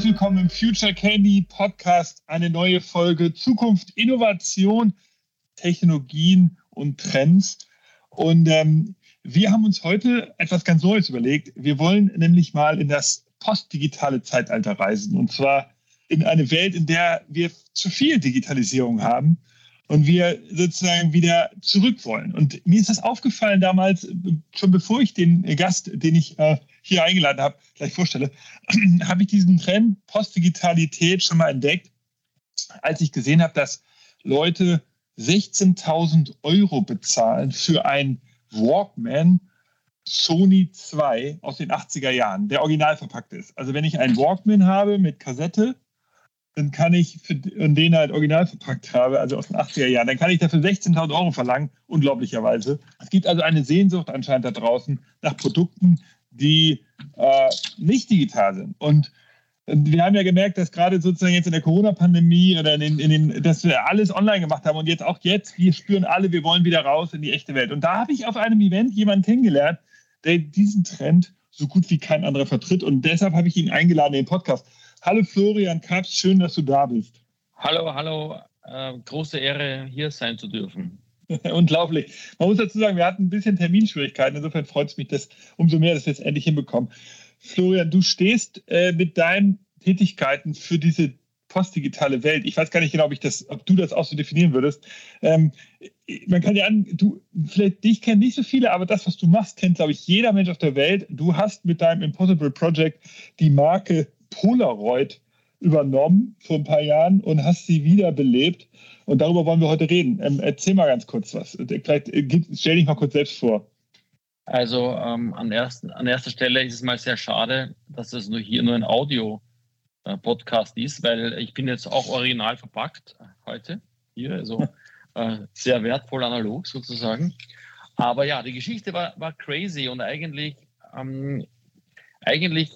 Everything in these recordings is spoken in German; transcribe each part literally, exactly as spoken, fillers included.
willkommen im Future Candy Podcast, eine neue Folge Zukunft, Innovation, Technologien und Trends. Und ähm, wir haben uns heute etwas ganz Neues überlegt. Wir wollen nämlich mal in das postdigitale Zeitalter reisen. Und zwar in eine Welt, in der wir zu viel Digitalisierung haben und wir sozusagen wieder zurück wollen. Und mir ist das aufgefallen damals, schon bevor ich den Gast, den ich äh, hier eingeladen habe, gleich vorstelle, habe ich diesen Trend Postdigitalität schon mal entdeckt, als ich gesehen habe, dass Leute sechzehntausend Euro bezahlen für ein Walkman Sony zwei aus den achtziger Jahren, der original verpackt ist. Also wenn ich einen Walkman habe mit Kassette, dann kann ich, für, und den halt original verpackt habe, also aus den achtziger Jahren, dann kann ich dafür sechzehntausend Euro verlangen, unglaublicherweise. Es gibt also eine Sehnsucht anscheinend da draußen nach Produkten, die äh, nicht digital sind. Und wir haben ja gemerkt, dass gerade sozusagen jetzt in der Corona-Pandemie oder in den, in den, dass wir alles online gemacht haben und jetzt auch jetzt, wir spüren alle, wir wollen wieder raus in die echte Welt. Und da habe ich auf einem Event jemanden kennengelernt, der diesen Trend so gut wie kein anderer vertritt. Und deshalb habe ich ihn eingeladen in den Podcast. Hallo Florian Kaps, schön, dass du da bist. Hallo, hallo. Äh, große Ehre, hier sein zu dürfen. Unglaublich. Man muss dazu sagen, wir hatten ein bisschen Terminschwierigkeiten. Insofern freut es mich, dass umso mehr, dass wir es endlich hinbekommen. Florian, du stehst äh, mit deinen Tätigkeiten für diese postdigitale Welt. Ich weiß gar nicht genau, ob, ich das, ob du das auch so definieren würdest. Ähm, man kann ja an, du, vielleicht dich kennen nicht so viele, aber das, was du machst, kennt, glaube ich, jeder Mensch auf der Welt. Du hast mit deinem Impossible Project die Marke Polaroid übernommen vor ein paar Jahren und hast sie wiederbelebt. Und darüber wollen wir heute reden. Ähm, erzähl mal ganz kurz was. Vielleicht stell dich mal kurz selbst vor. Also ähm, an, ersten, an erster Stelle ist es mal sehr schade, dass es nur hier nur ein Audio-Podcast ist, weil ich bin jetzt auch original verpackt heute hier, also äh, sehr wertvoll analog sozusagen. Aber ja, die Geschichte war, war crazy und eigentlich, ähm, eigentlich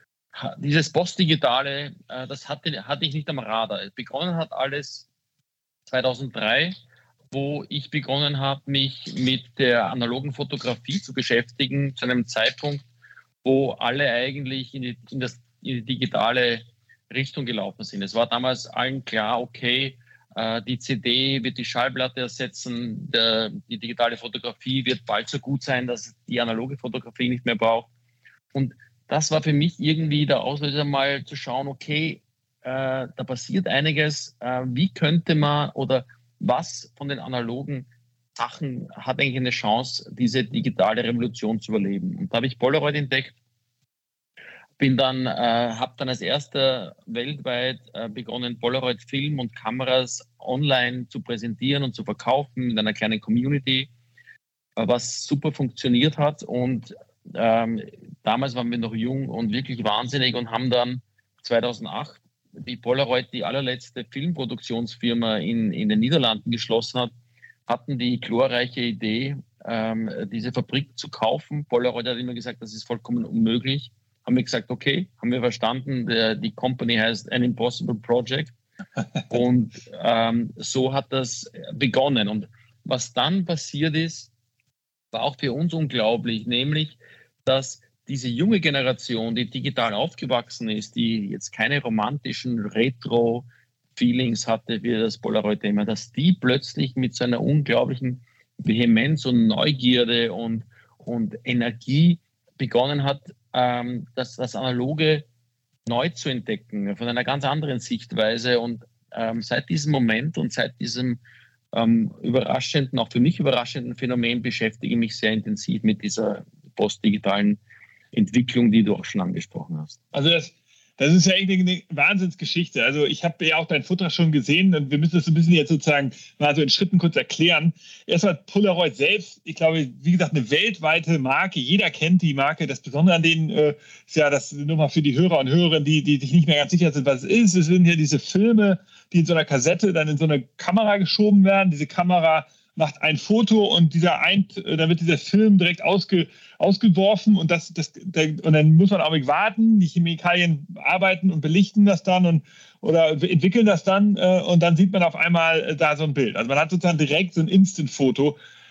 dieses Postdigitale, äh, das hatte, hatte ich nicht am Radar. Begonnen hat alles zweitausenddrei, wo ich begonnen habe, mich mit der analogen Fotografie zu beschäftigen, zu einem Zeitpunkt, wo alle eigentlich in die, in das, in die digitale Richtung gelaufen sind. Es war damals allen klar, okay, äh, die C D wird die Schallplatte ersetzen, der, die digitale Fotografie wird bald so gut sein, dass die analoge Fotografie nicht mehr braucht. Und das war für mich irgendwie der Auslöser, mal zu schauen, okay, äh, da passiert einiges, äh, wie könnte man oder was von den analogen Sachen hat eigentlich eine Chance, diese digitale Revolution zu überleben. Und da habe ich Polaroid entdeckt, bin dann, äh, habe dann als erster weltweit äh, begonnen, Polaroid-Film und Kameras online zu präsentieren und zu verkaufen mit einer kleinen Community, äh, was super funktioniert hat. Und ähm, damals waren wir noch jung und wirklich wahnsinnig und haben dann zweitausendacht die Polaroid, die allerletzte Filmproduktionsfirma in, in den Niederlanden geschlossen hat, hatten die glorreiche Idee, ähm, diese Fabrik zu kaufen. Polaroid hat immer gesagt, das ist vollkommen unmöglich. Haben wir gesagt, okay, haben wir verstanden, der, die Company heißt An Impossible Project. Und ähm, so hat das begonnen. Und was dann passiert ist, war auch für uns unglaublich, nämlich, dass diese junge Generation, die digital aufgewachsen ist, die jetzt keine romantischen Retro-Feelings hatte wie das Polaroid-Thema, dass die plötzlich mit so einer unglaublichen Vehemenz und Neugierde und, und Energie begonnen hat, ähm, das, das Analoge neu zu entdecken, von einer ganz anderen Sichtweise. Und ähm, seit diesem Moment und seit diesem ähm, überraschenden, auch für mich überraschenden Phänomen beschäftige ich mich sehr intensiv mit dieser postdigitalen Entwicklung, die du auch schon angesprochen hast. Also das, das ist ja echt eine Wahnsinnsgeschichte. Also ich habe ja auch dein Vortrag schon gesehen und wir müssen das ein bisschen jetzt sozusagen mal so in Schritten kurz erklären. Erstmal Polaroid selbst, ich glaube, wie gesagt, eine weltweite Marke. Jeder kennt die Marke. Das Besondere an denen äh, ist ja, das nur mal für die Hörer und Hörerinnen, die, die sich nicht mehr ganz sicher sind, was es ist. Es sind ja diese Filme, die in so einer Kassette dann in so eine Kamera geschoben werden. Diese Kamera macht ein Foto und dieser ein, dann wird dieser Film direkt ausge, ausgeworfen und, das, das, der, und dann muss man auch nicht warten. Die Chemikalien arbeiten und belichten das dann und, oder entwickeln das dann äh, und dann sieht man auf einmal äh, da so ein Bild. Also man hat sozusagen direkt so ein Instant-Foto.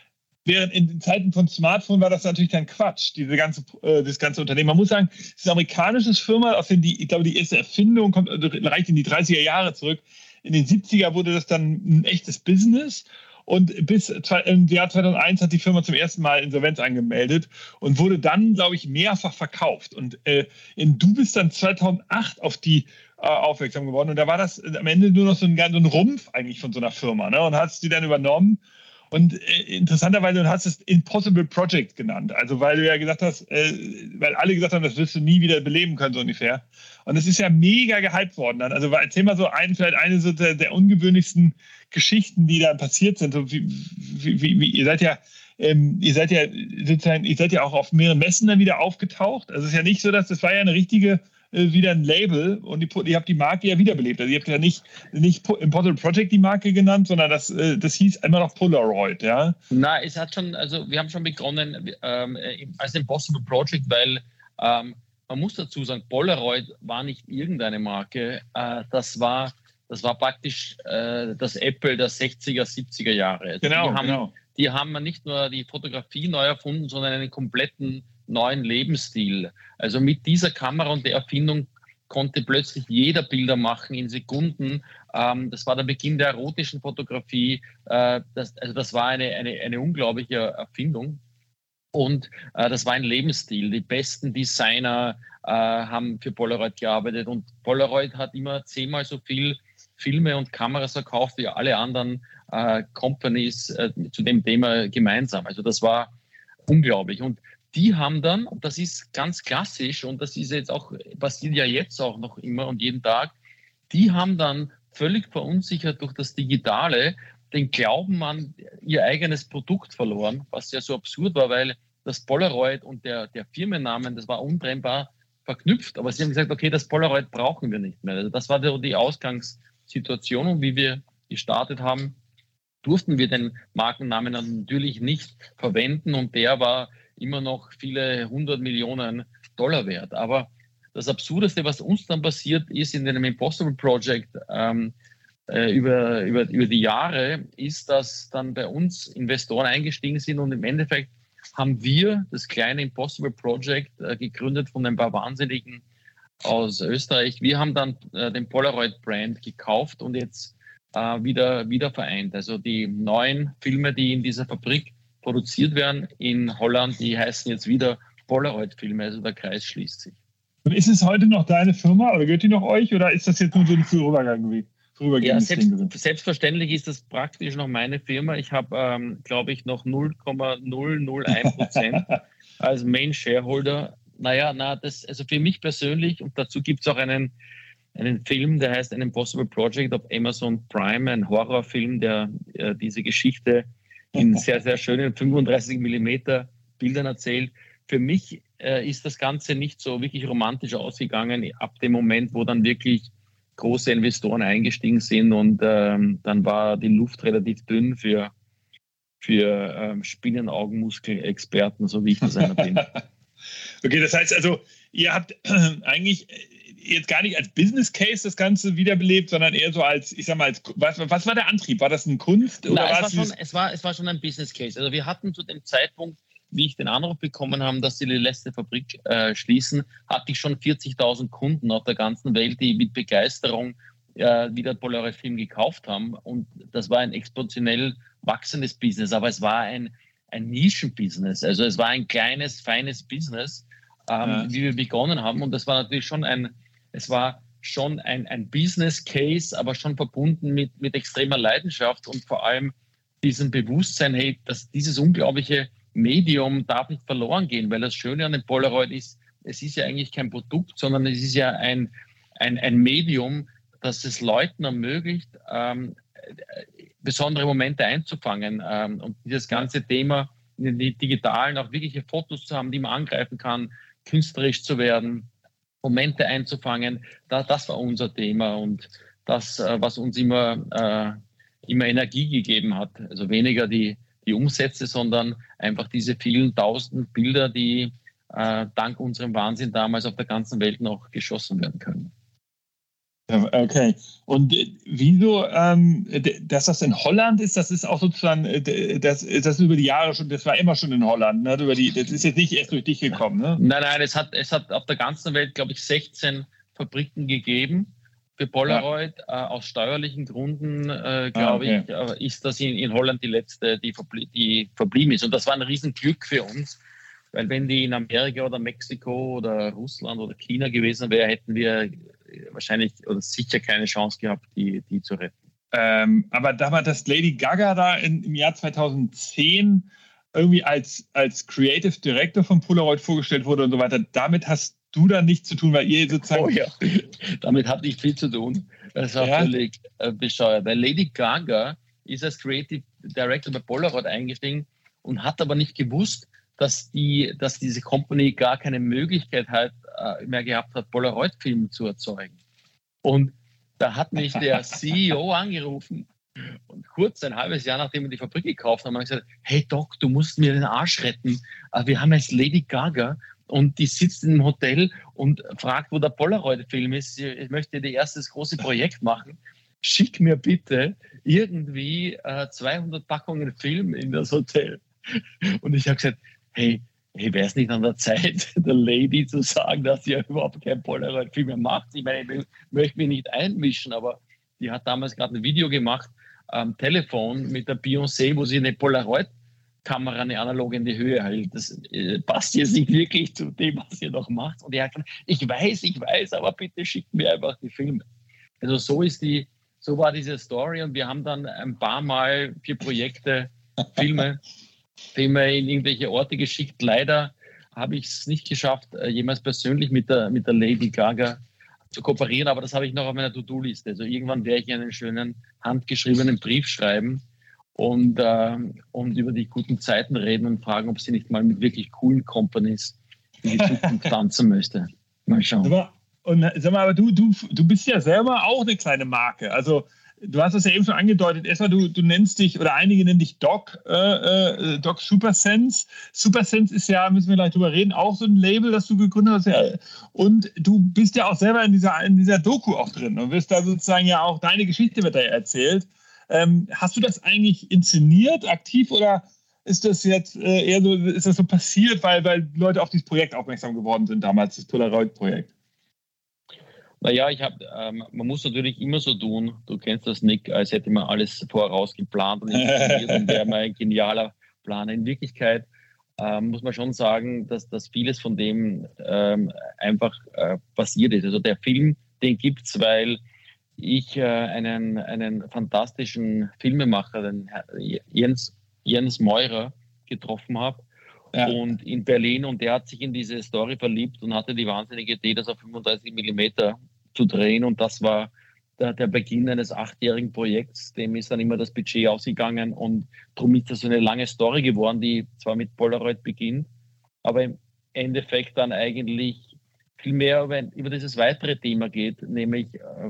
während in Zeiten von Smartphone war das natürlich dann Quatsch, diese ganze, äh, das ganze Unternehmen. Man muss sagen, es ist eine amerikanische Firma, aus dem die, ich glaube, die erste Erfindung kommt, reicht in die dreißiger Jahre zurück. In den siebziger wurde das dann ein echtes Business. Und bis im Jahr zweitausendeins hat die Firma zum ersten Mal Insolvenz angemeldet und wurde dann, glaube ich, mehrfach verkauft. Und äh, in, du bist dann zweitausendacht auf die äh, aufmerksam geworden. Und da war das am Ende nur noch so ein, so ein Rumpf eigentlich von so einer Firma. Ne? Und hast die dann übernommen. Und äh, interessanterweise, du hast es Impossible Project genannt. Also weil du ja gesagt hast, äh, weil alle gesagt haben, das wirst du nie wieder beleben können, so ungefähr. Und es ist ja mega gehypt worden dann. Also erzähl mal so ein, vielleicht eine so der, der ungewöhnlichsten Geschichten, die da passiert sind. So wie, wie, wie, wie, ihr seid ja, ähm, ihr seid ja sozusagen, ihr seid ja auch auf mehreren Messen dann wieder aufgetaucht. Also es ist ja nicht so, dass das war ja eine richtige äh, wieder ein Label und die, ihr habt die Marke ja wiederbelebt. Also ihr habt ja nicht, nicht Impossible Project die Marke genannt, sondern das, äh, das hieß immer noch Polaroid, ja? Na, es hat schon, also wir haben schon begonnen ähm, als Impossible Project, weil ähm, man muss dazu sagen, Polaroid war nicht irgendeine Marke, äh, das war Das war praktisch äh, das Apple der sechziger, siebziger Jahre. Also genau, die haben, genau. Die haben nicht nur die Fotografie neu erfunden, sondern einen kompletten neuen Lebensstil. Also mit dieser Kamera und der Erfindung konnte plötzlich jeder Bilder machen in Sekunden. Ähm, das war der Beginn der erotischen Fotografie. Äh, das, also das war eine, eine, eine unglaubliche Erfindung. Und äh, das war ein Lebensstil. Die besten Designer äh, haben für Polaroid gearbeitet. Und Polaroid hat immer zehnmal so viel Filme und Kameras verkauft wie alle anderen äh, Companies äh, zu dem Thema gemeinsam. Also das war unglaublich. Und die haben dann, das ist ganz klassisch und das ist jetzt auch, passiert ja jetzt auch noch immer und jeden Tag, die haben dann völlig verunsichert durch das Digitale den Glauben an ihr eigenes Produkt verloren, was ja so absurd war, weil das Polaroid und der, der Firmennamen, das war untrennbar verknüpft. Aber sie haben gesagt, okay, das Polaroid brauchen wir nicht mehr. Also das war die Ausgangssituation und wie wir gestartet haben, durften wir den Markennamen natürlich nicht verwenden und der war immer noch viele hundert Millionen Dollar wert. Aber das Absurdeste, was uns dann passiert ist in dem Impossible Project ähm, äh, über, über, über die Jahre, ist, dass dann bei uns Investoren eingestiegen sind und im Endeffekt haben wir das kleine Impossible Project äh, gegründet von ein paar Wahnsinnigen aus Österreich. Wir haben dann äh, den Polaroid-Brand gekauft und jetzt äh, wieder, wieder vereint. Also die neuen Filme, die in dieser Fabrik produziert werden in Holland, die heißen jetzt wieder Polaroid-Filme. Also der Kreis schließt sich. Und ist es heute noch deine Firma oder gehört die noch euch oder ist das jetzt nur so ein Vorübergang gewesen? Ja, selbst, selbstverständlich ist das praktisch noch meine Firma. Ich habe, ähm, glaube ich, noch null Komma null null eins Prozent als Main Shareholder. Naja, na, das, also für mich persönlich, und dazu gibt es auch einen, einen Film, der heißt An Impossible Project auf Amazon Prime, ein Horrorfilm, der äh, diese Geschichte in sehr, sehr schönen fünfunddreißig Millimeter Bildern erzählt. Für mich äh, ist das Ganze nicht so wirklich romantisch ausgegangen, ab dem Moment, wo dann wirklich große Investoren eingestiegen sind und ähm, dann war die Luft relativ dünn für, für ähm, Spinnenaugenmuskelexperten, so wie ich das einer bin. Okay, das heißt also, ihr habt äh, eigentlich jetzt gar nicht als Business Case das Ganze wiederbelebt, sondern eher so als, ich sag mal, als, was, was war der Antrieb? War das ein Kunst? Oder Nein, war es, war schon, es, war, es war schon ein Business Case. Also wir hatten zu dem Zeitpunkt, wie ich den Anruf bekommen habe, dass sie die letzte Fabrik äh, schließen, hatte ich schon vierzigtausend Kunden auf der ganzen Welt, die mit Begeisterung äh, wieder Polaroid-Film gekauft haben. Und das war ein exponentiell wachsendes Business, aber es war ein, ein Nischen-Business. Also es war ein kleines, feines Business, ähm, ja. wie wir begonnen haben. Und das war natürlich schon ein, es war schon ein, ein Business-Case, aber schon verbunden mit, mit extremer Leidenschaft und vor allem diesem Bewusstsein, hey, dass dieses unglaubliche Medium darf nicht verloren gehen, weil das Schöne an dem Polaroid ist, es ist ja eigentlich kein Produkt, sondern es ist ja ein, ein, ein Medium, das es Leuten ermöglicht, ähm, besondere Momente einzufangen ähm, und dieses ganze Thema in die digitalen auch wirkliche Fotos zu haben, die man angreifen kann, künstlerisch zu werden, Momente einzufangen, da, das war unser Thema und das, äh, was uns immer, äh, immer Energie gegeben hat. Also weniger die die Umsätze, sondern einfach diese vielen tausend Bilder, die äh, dank unserem Wahnsinn damals auf der ganzen Welt noch geschossen werden können. Okay. Und wieso, ähm, dass das in Holland ist, das ist auch sozusagen, das, das über die Jahre schon, das war immer schon in Holland, ne? Über die, das ist jetzt nicht erst durch dich gekommen, ne? Nein, nein, es hat, es hat auf der ganzen Welt, glaube ich, sechzehn Fabriken gegeben für Polaroid. Ja. Äh, aus steuerlichen Gründen, äh, glaube ah, okay. ich, äh, ist das in, in Holland die letzte, die, verblie- die verblieben ist. Und das war ein Riesenglück für uns, weil wenn die in Amerika oder Mexiko oder Russland oder China gewesen wäre, hätten wir wahrscheinlich oder sicher keine Chance gehabt, die, die zu retten. Ähm, aber da war das Lady Gaga da in, im Jahr zweitausendzehn irgendwie als, als Creative Director von Polaroid vorgestellt wurde und so weiter, damit hast du da nichts zu tun, weil ihr sozusagen... Oh ja, damit hat nicht viel zu tun. Das war ja völlig äh, bescheuert. Weil Lady Gaga ist als Creative Director bei Polaroid eingestiegen und hat aber nicht gewusst, dass, die, dass diese Company gar keine Möglichkeit hat, äh, mehr gehabt hat, Polaroid-Filme zu erzeugen. Und da hat mich der C E O angerufen und kurz, ein halbes Jahr nachdem wir die Fabrik gekauft haben, haben wir gesagt, hey Doc, du musst mir den Arsch retten. Wir haben jetzt Lady Gaga und die sitzt im Hotel und fragt, wo der Polaroid-Film ist. Ich möchte ihr erstes große Projekt machen. Schick mir bitte irgendwie äh, zweihundert Packungen Film in das Hotel. Und ich habe gesagt, hey, hey wäre es nicht an der Zeit, der Lady zu sagen, dass sie ja überhaupt kein Polaroid-Film mehr macht? Ich meine, ich möchte mich nicht einmischen, aber die hat damals gerade ein Video gemacht am Telefon mit der Beyoncé, wo sie eine Polaroid-Kamera, eine analoge in die Höhe hält. Das äh, passt jetzt nicht wirklich zu dem, was ihr noch macht. Und er hat gesagt, ich weiß, ich weiß, aber bitte schickt mir einfach die Filme. Also so ist die, so war diese Story und wir haben dann ein paar Mal für Projekte Filme Filme in irgendwelche Orte geschickt. Leider habe ich es nicht geschafft, jemals persönlich mit der, mit der Lady Gaga zu kooperieren, aber das habe ich noch auf meiner To-Do-Liste. Also irgendwann werde ich einen schönen handgeschriebenen Brief schreiben und, äh, und über die guten Zeiten reden und fragen, ob sie nicht mal mit wirklich coolen Companies in die Zukunft tanzen möchte. Mal schauen. Und sag mal, aber du, du, du bist ja selber auch eine kleine Marke. Also du hast es ja eben schon angedeutet. Erstmal, du, du nennst dich, oder einige nennen dich Doc, äh, äh, Doc Supersense. Supersense ist ja, müssen wir gleich drüber reden, auch so ein Label, das du gegründet hast. Ja. Und du bist ja auch selber in dieser, in dieser Doku auch drin und wirst da sozusagen ja auch, deine Geschichte wird da ja erzählt. Ähm, hast du das eigentlich inszeniert, aktiv, oder ist das jetzt äh, eher so, ist das so passiert, weil, weil Leute auf dieses Projekt aufmerksam geworden sind damals, das Polaroid-Projekt? Naja, ich habe, ähm, man muss natürlich immer so tun, du kennst das, Nick, als hätte man alles voraus geplant und inszeniert und wäre mal ein genialer Plan. In Wirklichkeit ähm, muss man schon sagen, dass, dass vieles von dem ähm, einfach äh, passiert ist. Also der Film, den gibt es, weil ich äh, einen, einen fantastischen Filmemacher, den Jens, Jens Meurer, getroffen habe. Ja. Und in Berlin, und der hat sich in diese Story verliebt und hatte die wahnsinnige Idee, das auf fünfunddreißig Millimeter zu drehen. Und das war der, der Beginn eines achtjährigen Projekts. Dem ist dann immer das Budget ausgegangen und darum ist das so eine lange Story geworden, die zwar mit Polaroid beginnt, aber im Endeffekt dann eigentlich viel mehr über, über dieses weitere Thema geht, nämlich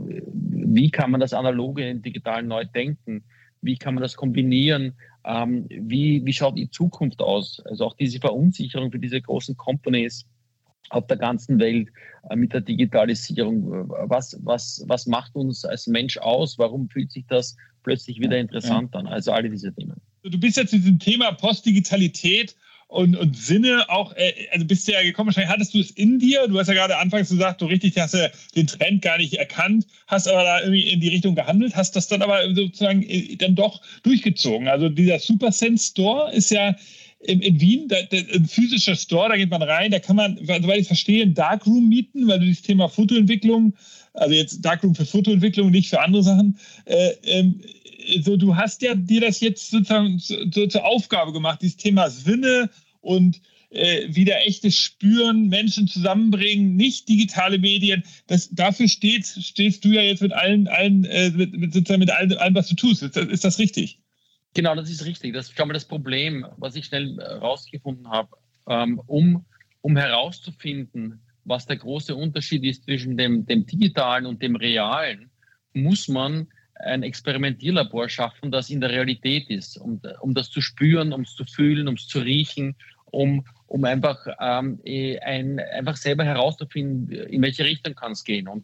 wie kann man das Analoge in Digitalen neu denken? Wie kann man das kombinieren? Ähm, wie, wie schaut die Zukunft aus? Also auch diese Verunsicherung für diese großen Companies auf der ganzen Welt äh, mit der Digitalisierung. Was, was, was macht uns als Mensch aus? Warum fühlt sich das plötzlich wieder interessant ja. an? Also alle diese Themen. Du bist jetzt zu diesem Thema Postdigitalität und, und Sinne auch, äh, also bist du ja gekommen, wahrscheinlich hattest du es in dir, du hast ja gerade anfangs gesagt, du richtig hast ja den Trend gar nicht erkannt, hast aber da irgendwie in die Richtung gehandelt, hast das dann aber sozusagen dann doch durchgezogen. Also dieser Supersense Store ist ja in, in Wien, da, da, ein physischer Store, da geht man rein, da kann man, soweit ich verstehe, ein Darkroom mieten, weil du das Thema Fotoentwicklung, also jetzt Darkroom für Fotoentwicklung, nicht für andere Sachen, äh, ähm, so, du hast ja dir das jetzt sozusagen so, so zur Aufgabe gemacht, dieses Thema Sinne und äh, wieder echtes Spüren, Menschen zusammenbringen, nicht digitale Medien. Das, dafür steht, stehst du ja jetzt mit allen, allen äh, mit, mit, sozusagen mit allem, allem, was du tust. Ist das, ist das richtig? Genau, das ist richtig. Das ist schon mal das Problem, was ich schnell herausgefunden habe, ähm, um, um herauszufinden, was der große Unterschied ist zwischen dem, dem Digitalen und dem Realen, muss man ein Experimentierlabor schaffen, das in der Realität ist, um, um das zu spüren, um es zu fühlen, um es zu riechen, um, um einfach, ähm, ein, einfach selber herauszufinden, in welche Richtung kann es gehen. Und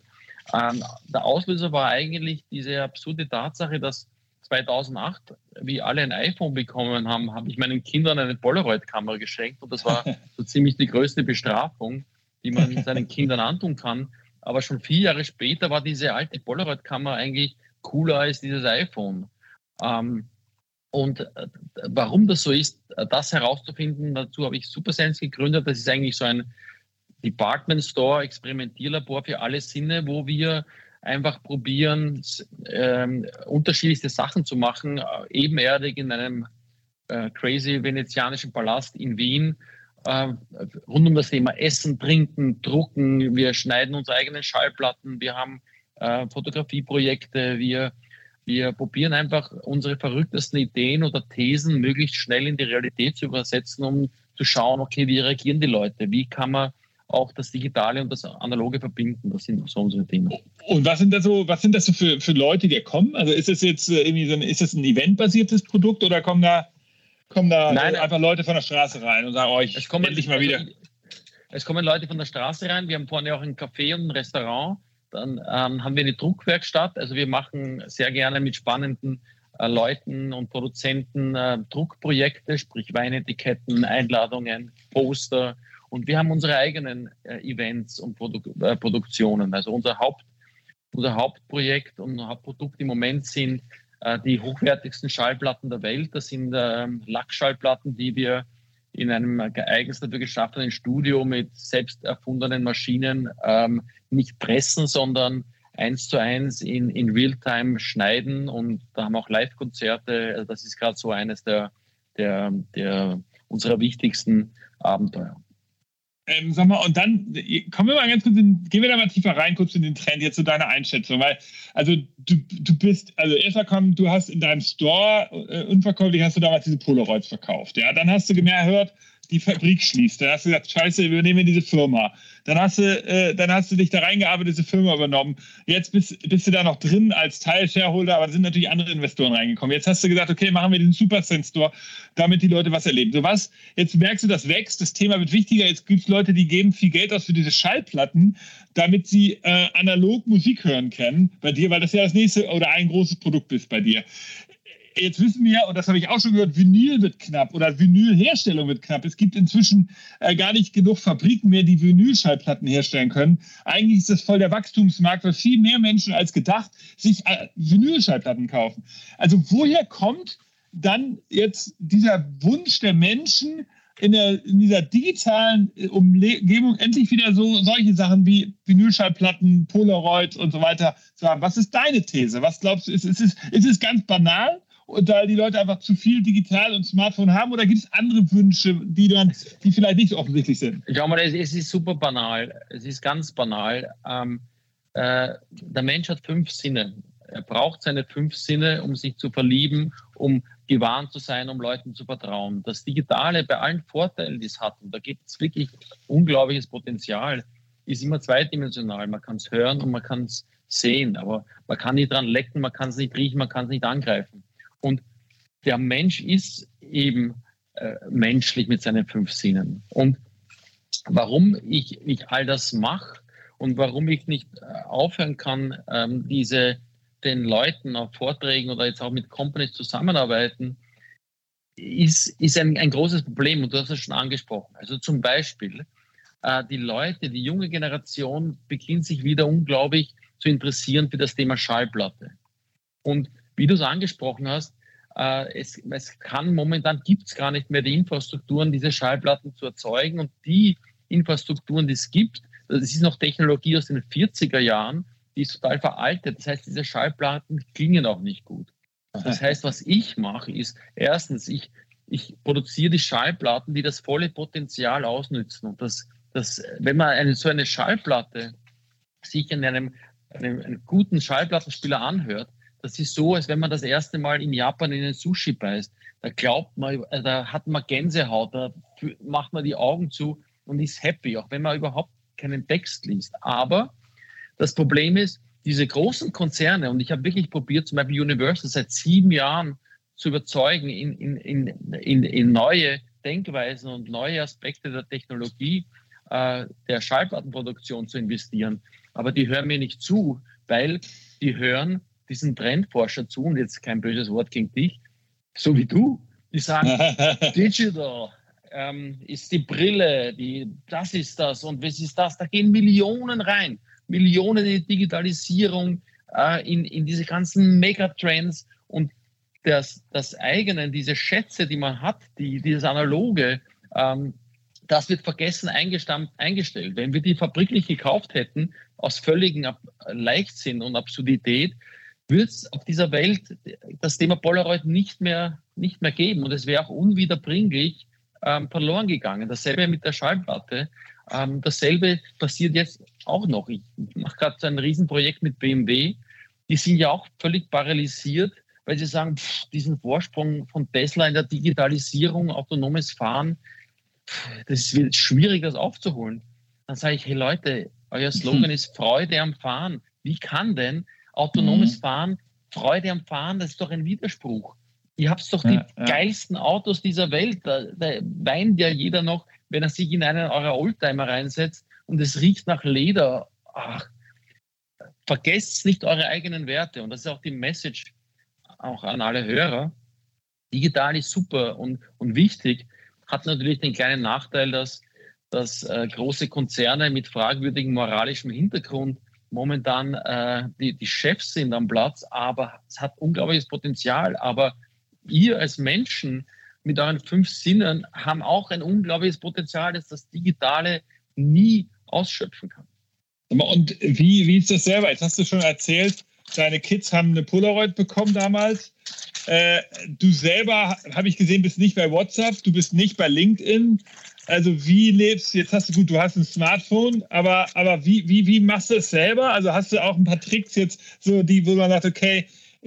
Ähm, der Auslöser war eigentlich diese absurde Tatsache, dass zweitausendacht, wie alle ein iPhone bekommen haben, habe ich meinen Kindern eine Polaroid-Kamera geschenkt und das war so ziemlich die größte Bestrafung, die man seinen Kindern antun kann. Aber schon vier Jahre später war diese alte Polaroid-Kamera eigentlich cooler als dieses iPhone. Ähm, und äh, warum das so ist, das herauszufinden, dazu habe ich Supersense gegründet. Das ist eigentlich so ein Department Store, Experimentierlabor für alle Sinne, wo wir einfach probieren, ähm, unterschiedlichste Sachen zu machen, äh, ebenerdig in einem äh, crazy venezianischen Palast in Wien, äh, rund um das Thema Essen, Trinken, Drucken. Wir schneiden unsere eigenen Schallplatten, wir haben äh, Fotografieprojekte, wir, wir probieren einfach unsere verrücktesten Ideen oder Thesen möglichst schnell in die Realität zu übersetzen, um zu schauen, okay, wie reagieren die Leute, wie kann man auch das Digitale und das Analoge verbinden. Das sind so unsere Themen. Und was sind das so, was sind das so für, für Leute, die kommen? Also ist das jetzt irgendwie so ein, ist das ein eventbasiertes Produkt oder kommen da, kommen da Nein, einfach Leute von der Straße rein und sagen, oh, ich komme endlich mal wieder? Also, es kommen Leute von der Straße rein. Wir haben vorne auch ein Café und ein Restaurant. Dann ähm, haben wir eine Druckwerkstatt. Also wir machen sehr gerne mit spannenden äh, Leuten und Produzenten äh, Druckprojekte, sprich Weinetiketten, Einladungen, Poster. Und wir haben unsere eigenen äh, Events und Produ- äh, Produktionen. Also unser, Haupt, unser Hauptprojekt und Hauptprodukt im Moment sind äh, die hochwertigsten Schallplatten der Welt. Das sind äh, Lackschallplatten, die wir in einem eigens dafür geschaffenen Studio mit selbst erfundenen Maschinen ähm, nicht pressen, sondern eins zu eins in, in Realtime schneiden. Und da haben wir auch Live-Konzerte. Also das ist gerade so eines der, der, der unserer wichtigsten Abenteuer. Ähm, sag mal, und dann kommen wir mal ganz kurz in, gehen wir da mal tiefer rein, kurz in den Trend, jetzt zu deiner Einschätzung, weil, also du, du bist, also erstmal kommen, du hast in deinem Store äh, unverkäuflich hast du damals diese Polaroids verkauft, ja, dann hast du gehört, die Fabrik schließt, dann hast du gesagt, scheiße, wir übernehmen diese Firma, dann hast du, äh, dann hast du dich da reingearbeitet, diese Firma übernommen, jetzt bist, bist du da noch drin als Teil-Shareholder, aber da sind natürlich andere Investoren reingekommen, jetzt hast du gesagt, okay, machen wir den Supersense Store, damit die Leute was erleben. So was, jetzt merkst du, das wächst, das Thema wird wichtiger, jetzt gibt es Leute, die geben viel Geld aus für diese Schallplatten, damit sie äh, analog Musik hören können bei dir, weil das ja das nächste oder ein großes Produkt ist bei dir. Jetzt wissen wir, und das habe ich auch schon gehört, Vinyl wird knapp oder Vinylherstellung wird knapp. Es gibt inzwischen äh, gar nicht genug Fabriken mehr, die Vinylschallplatten herstellen können. Eigentlich ist das voll der Wachstumsmarkt, weil viel mehr Menschen als gedacht sich äh, Vinylschallplatten kaufen. Also woher kommt dann jetzt dieser Wunsch der Menschen, in, der, in dieser digitalen Umgebung endlich wieder so solche Sachen wie Vinylschallplatten, Polaroids und so weiter zu haben? Was ist deine These? Was glaubst du, ist, ist, es, ist es ganz banal? Und da die Leute einfach zu viel digital und Smartphone haben, oder gibt es andere Wünsche, die dann, die vielleicht nicht so offensichtlich sind? Schau mal, es, es ist super banal. Es ist ganz banal. Ähm, äh, der Mensch hat fünf Sinne. Er braucht seine fünf Sinne, um sich zu verlieben, um gewarnt zu sein, um Leuten zu vertrauen. Das Digitale, bei allen Vorteilen, die es hat, und da gibt es wirklich unglaubliches Potenzial, ist immer zweidimensional. Man kann es hören und man kann es sehen, aber man kann nicht dran lecken, man kann es nicht riechen, man kann es nicht angreifen. Und der Mensch ist eben äh, menschlich mit seinen fünf Sinnen. Und warum ich, ich all das mache und warum ich nicht äh, aufhören kann, ähm, diese den Leuten auf Vorträgen oder jetzt auch mit Companies zusammenarbeiten, ist, ist ein, ein großes Problem. Und du hast es schon angesprochen. Also zum Beispiel, äh, die Leute, die junge Generation beginnt sich wieder unglaublich zu interessieren für das Thema Schallplatte. Und wie du es angesprochen hast, äh, es, es kann momentan, gibt es gar nicht mehr die Infrastrukturen, diese Schallplatten zu erzeugen. Und die Infrastrukturen, die es gibt, das ist noch Technologie aus den vierziger Jahren, die ist total veraltet. Das heißt, diese Schallplatten klingen auch nicht gut. Das heißt, was ich mache, ist erstens, ich, ich produziere die Schallplatten, die das volle Potenzial ausnützen. Und das, das, wenn man eine, so eine Schallplatte sich in einem, einem, einem guten Schallplattenspieler anhört, das ist so, als wenn man das erste Mal in Japan in einen Sushi beißt. Da glaubt man, da hat man Gänsehaut, da macht man die Augen zu und ist happy, auch wenn man überhaupt keinen Text liest. Aber das Problem ist, diese großen Konzerne, und ich habe wirklich probiert, zum Beispiel Universal seit sieben Jahren zu überzeugen, in, in, in, in, in neue Denkweisen und neue Aspekte der Technologie, äh, der Schallplattenproduktion zu investieren. aber die hören mir nicht zu, weil die hören diesen Trendforscher zu, und jetzt kein böses Wort gegen dich, so wie du, die sagen, Digital ähm, ist die Brille, die, das ist das und was ist das, da gehen Millionen rein, Millionen in die Digitalisierung, äh, in, in diese ganzen Megatrends, und das, das eigene, diese Schätze, die man hat, die, dieses Analoge, ähm, das wird vergessen, eingestellt. Wenn wir die Fabrik nicht gekauft hätten, aus völligem Leichtsinn und Absurdität, würde es auf dieser Welt das Thema Polaroid nicht mehr, nicht mehr geben. Und es wäre auch unwiederbringlich ähm, verloren gegangen. Dasselbe mit der Schallplatte. Ähm, dasselbe passiert jetzt auch noch. Ich mache gerade so ein Riesenprojekt mit B M W. Die sind ja auch völlig paralysiert, weil sie sagen, pff, diesen Vorsprung von Tesla in der Digitalisierung, autonomes Fahren, pff, das wird schwierig, das aufzuholen. Dann sage ich, hey Leute, euer Slogan ist Freude am Fahren. Wie kann denn autonomes mhm. Fahren, Freude am Fahren, das ist doch ein Widerspruch. Ihr habt doch die ja, ja. geilsten Autos dieser Welt. Da, da weint ja jeder noch, wenn er sich in einen eurer Oldtimer reinsetzt und es riecht nach Leder. Ach, vergesst nicht eure eigenen Werte. Und das ist auch die Message auch an alle Hörer. Digital ist super und, und wichtig, hat natürlich den kleinen Nachteil, dass, dass äh, große Konzerne mit fragwürdigem moralischem Hintergrund momentan äh, die, die Chefs sind am Platz, aber es hat unglaubliches Potenzial. Aber ihr als Menschen mit euren fünf Sinnen haben auch ein unglaubliches Potenzial, das das Digitale nie ausschöpfen kann. Und wie, wie ist das selber? Jetzt hast du schon erzählt, deine Kids haben eine Polaroid bekommen damals. Äh, du selber, habe ich gesehen, bist nicht bei WhatsApp, du bist nicht bei LinkedIn. Also wie lebst du, jetzt hast du, gut, du hast ein Smartphone, aber, aber wie, wie, wie machst du es selber? Also hast du auch ein paar Tricks jetzt, so die, wo man sagt, okay,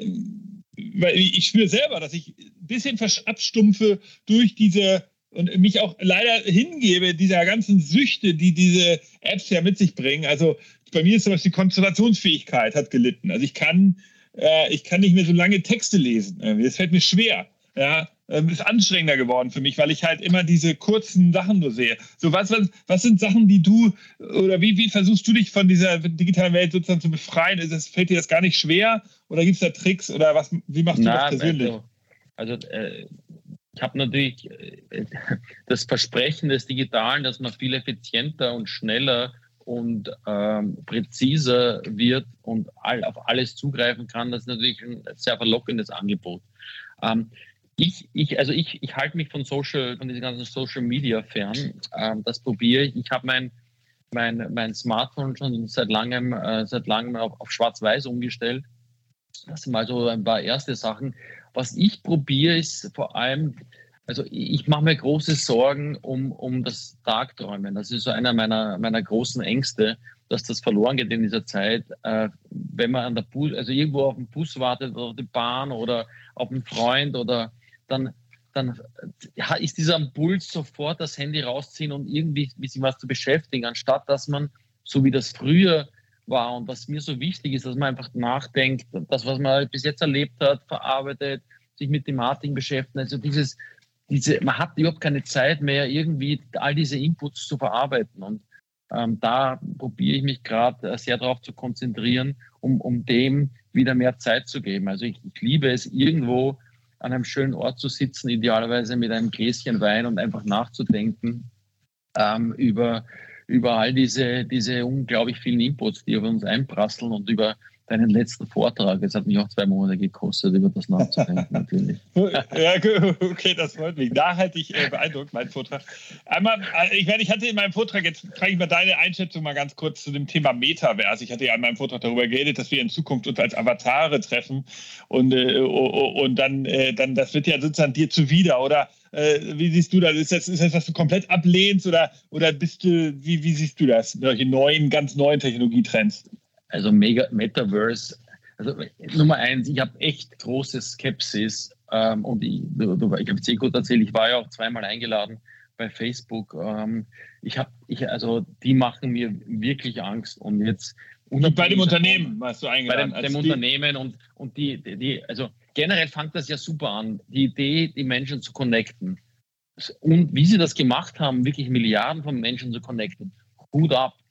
weil ich spüre selber, dass ich ein bisschen abstumpfe durch diese und mich auch leider hingebe dieser ganzen Süchte, die diese Apps ja mit sich bringen. Also bei mir ist zum Beispiel die Konzentrationsfähigkeit hat gelitten. Also ich kann, äh, ich kann nicht mehr so lange Texte lesen. Das fällt mir schwer. Ja, ist anstrengender geworden für mich, weil ich halt immer diese kurzen Sachen nur sehe. So, was, was, was sind Sachen, die du, oder wie, wie versuchst du dich von dieser digitalen Welt sozusagen zu befreien? Ist das, fällt dir das gar nicht schwer? Oder gibt es da Tricks? Oder was, wie machst du Na, das persönlich? Also, also äh, ich habe natürlich äh, das Versprechen des Digitalen, dass man viel effizienter und schneller und ähm, präziser wird und all, auf alles zugreifen kann. Das ist natürlich ein sehr verlockendes Angebot. Ähm, Ich, ich, also ich, ich halte mich von Social, von diesen ganzen Social Media fern. Ähm, das probiere ich. Ich habe mein, mein, mein Smartphone schon seit langem, äh, seit langem auf, auf Schwarz-Weiß umgestellt. Das sind mal so ein paar erste Sachen. Was ich probiere, ist vor allem, also ich mache mir große Sorgen um, um das Tagträumen. Das ist so einer meiner, meiner großen Ängste, dass das verloren geht in dieser Zeit, äh, wenn man an der Bus, also irgendwo auf den Bus wartet oder auf die Bahn oder auf einen Freund oder dann, dann ist dieser Impuls sofort das Handy rausziehen und irgendwie mit sich was zu beschäftigen, anstatt dass man, so wie das früher war und was mir so wichtig ist, dass man einfach nachdenkt, das, was man bis jetzt erlebt hat, verarbeitet, sich mit Thematiken beschäftigt. Also dieses, diese, man hat überhaupt keine Zeit mehr, irgendwie all diese Inputs zu verarbeiten. Und ähm, da probiere ich mich gerade sehr darauf zu konzentrieren, um, um dem wieder mehr Zeit zu geben. Also ich, ich liebe es, irgendwo an einem schönen Ort zu sitzen, idealerweise mit einem Gläschen Wein und einfach nachzudenken ähm, über, über all diese, diese unglaublich vielen Inputs, die auf uns einprasseln und über deinen letzten Vortrag. Es hat mich auch zwei Monate gekostet, über das nachzudenken, natürlich. Ja, okay, das freut mich. Nachhaltig äh, beeindruckt, mein Vortrag. Einmal, ich meine, ich hatte in meinem Vortrag, jetzt frage ich mal deine Einschätzung mal ganz kurz zu dem Thema Metaverse. Ich hatte ja in meinem Vortrag darüber geredet, dass wir in Zukunft uns als Avatare treffen und, äh, und dann, äh, dann, das wird ja sozusagen dir zuwider, oder? Äh, wie siehst du das? Ist das, ist das, was du komplett ablehnst, oder, oder bist du, wie, wie siehst du das, solche neuen, ganz neuen Technologietrends? Also Mega Metaverse, also Nummer eins, ich habe echt große Skepsis ähm, und ich, ich habe es eh gut erzählt, ich war ja auch zweimal eingeladen bei Facebook. Ähm, ich habe, ich, also die machen mir wirklich Angst und jetzt und bei dem Unternehmen warst du eingeladen. Bei dem, dem Unternehmen und, und die, die, die, also generell fängt das ja super an, die Idee, die Menschen zu connecten. Und wie sie das gemacht haben, wirklich Milliarden von Menschen zu connecten, Hut ab.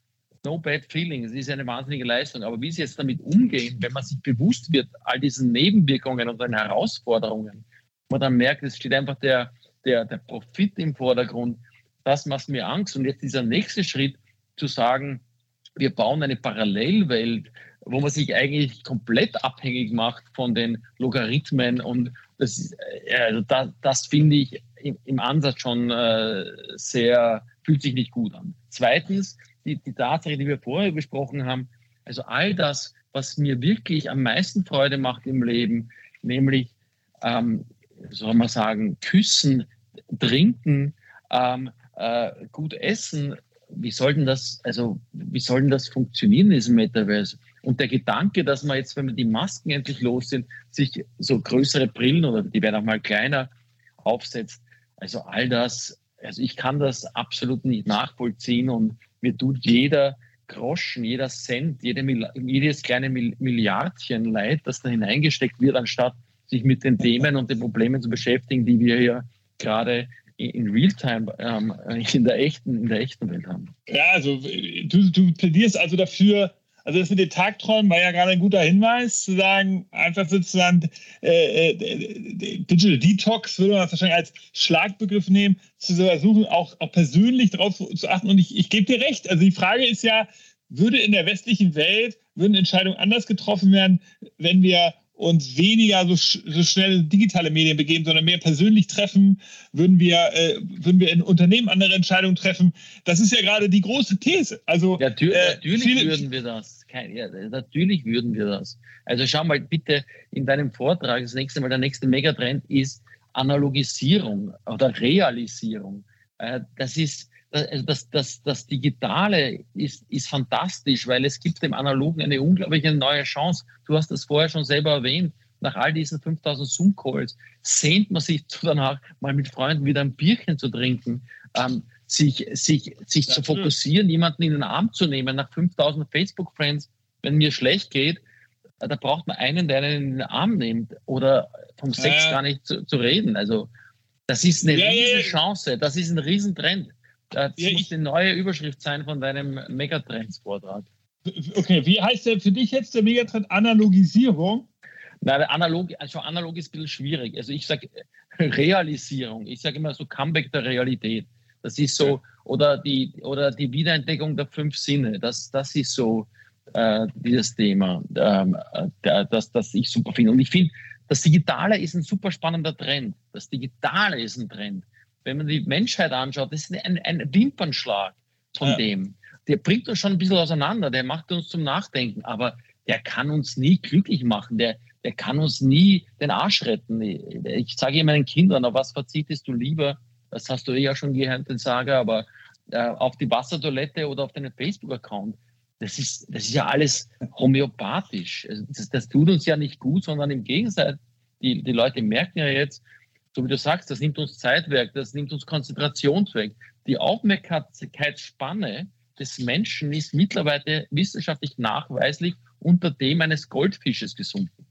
no bad feelings, es ist eine wahnsinnige Leistung. Aber wie sie jetzt damit umgehen, wenn man sich bewusst wird, all diesen Nebenwirkungen und den Herausforderungen, man dann merkt, es steht einfach der, der, der Profit im Vordergrund, das macht mir Angst. Und jetzt dieser nächste Schritt, zu sagen, wir bauen eine Parallelwelt, wo man sich eigentlich komplett abhängig macht von den Logarithmen. Und das, also das, das finde ich im, im Ansatz schon äh, sehr, fühlt sich nicht gut an. Zweitens, die, die Tatsache, die wir vorher besprochen haben, also all das, was mir wirklich am meisten Freude macht im Leben, nämlich, ähm, soll man sagen, küssen, trinken, ähm, äh, gut essen, wie soll denn das, also wie soll denn das funktionieren in diesem Metaverse? Und der Gedanke, dass man jetzt, wenn wir die Masken endlich los sind, sich so größere Brillen oder die werden auch mal kleiner aufsetzt, also all das, also ich kann das absolut nicht nachvollziehen und mir tut jeder Groschen, jeder Cent, jede, jedes kleine Milliardchen leid, das da hineingesteckt wird, anstatt sich mit den Themen und den Problemen zu beschäftigen, die wir hier gerade in Realtime ähm, in, der echten, in der echten Welt haben. Ja, also du, du plädierst also dafür, also das mit den Tagträumen war ja gerade ein guter Hinweis, zu sagen, einfach sozusagen äh, äh, Digital Detox würde man das wahrscheinlich als Schlagbegriff nehmen, zu versuchen, auch, auch persönlich darauf zu achten. Und ich, ich gebe dir recht, also die Frage ist ja, würde in der westlichen Welt, würden Entscheidungen anders getroffen werden, wenn wir uns weniger so, so schnell in digitale Medien begeben, sondern mehr persönlich treffen, würden wir, äh, würden wir in Unternehmen andere Entscheidungen treffen. Das ist ja gerade die große These. Also, ja, natürlich, äh, natürlich viele, würden wir das. Kein, ja, natürlich würden wir das. Also schau mal bitte in deinem Vortrag, das nächste Mal, der nächste Megatrend ist Analogisierung oder Realisierung. Äh, das ist Also das, das, das Digitale ist, ist fantastisch, weil es gibt dem Analogen eine unglaubliche neue Chance. Du hast das vorher schon selber erwähnt. Nach all diesen fünftausend Zoom-Calls sehnt man sich danach, mal mit Freunden wieder ein Bierchen zu trinken, ähm, sich, sich, sich zu fokussieren, jemanden in den Arm zu nehmen. Nach fünftausend Facebook-Friends, wenn mir schlecht geht, da braucht man einen, der einen in den Arm nimmt oder vom Sex ja. gar nicht zu, zu reden. Also das ist eine ja, riesen ja. Chance, das ist ein Riesentrend. Das ja, muss ich, die neue Überschrift sein von deinem Megatrends-Vortrag. Okay, wie heißt der für dich jetzt der Megatrend? Analogisierung? Nein, analog, also analog ist ein bisschen schwierig. Also ich sage Realisierung. Ich sage immer so Comeback der Realität. Das ist so, ja. oder, die, oder die Wiederentdeckung der fünf Sinne. Das, das ist so äh, dieses Thema, ähm, äh, das, das ich super finde. Und ich finde, das Digitale ist ein super spannender Trend. Das Digitale ist ein Trend. Wenn man die Menschheit anschaut, das ist ein, ein Wimpernschlag von ja. dem. Der bringt uns schon ein bisschen auseinander, der macht uns zum Nachdenken, aber der kann uns nie glücklich machen, der, der kann uns nie den Arsch retten. Ich sage immer meinen Kindern, auf was verzichtest du lieber, das hast du eh ja schon gehört, den Sager, aber äh, auf die Wassertoilette oder auf deinen Facebook-Account. Das ist, das ist ja alles homöopathisch. Das, das tut uns ja nicht gut, sondern im Gegenteil, die, die Leute merken ja jetzt, so wie du sagst, das nimmt uns Zeit weg, das nimmt uns Konzentration weg. Die Aufmerksamkeitsspanne des Menschen ist mittlerweile wissenschaftlich nachweislich unter dem eines Goldfisches gesunken.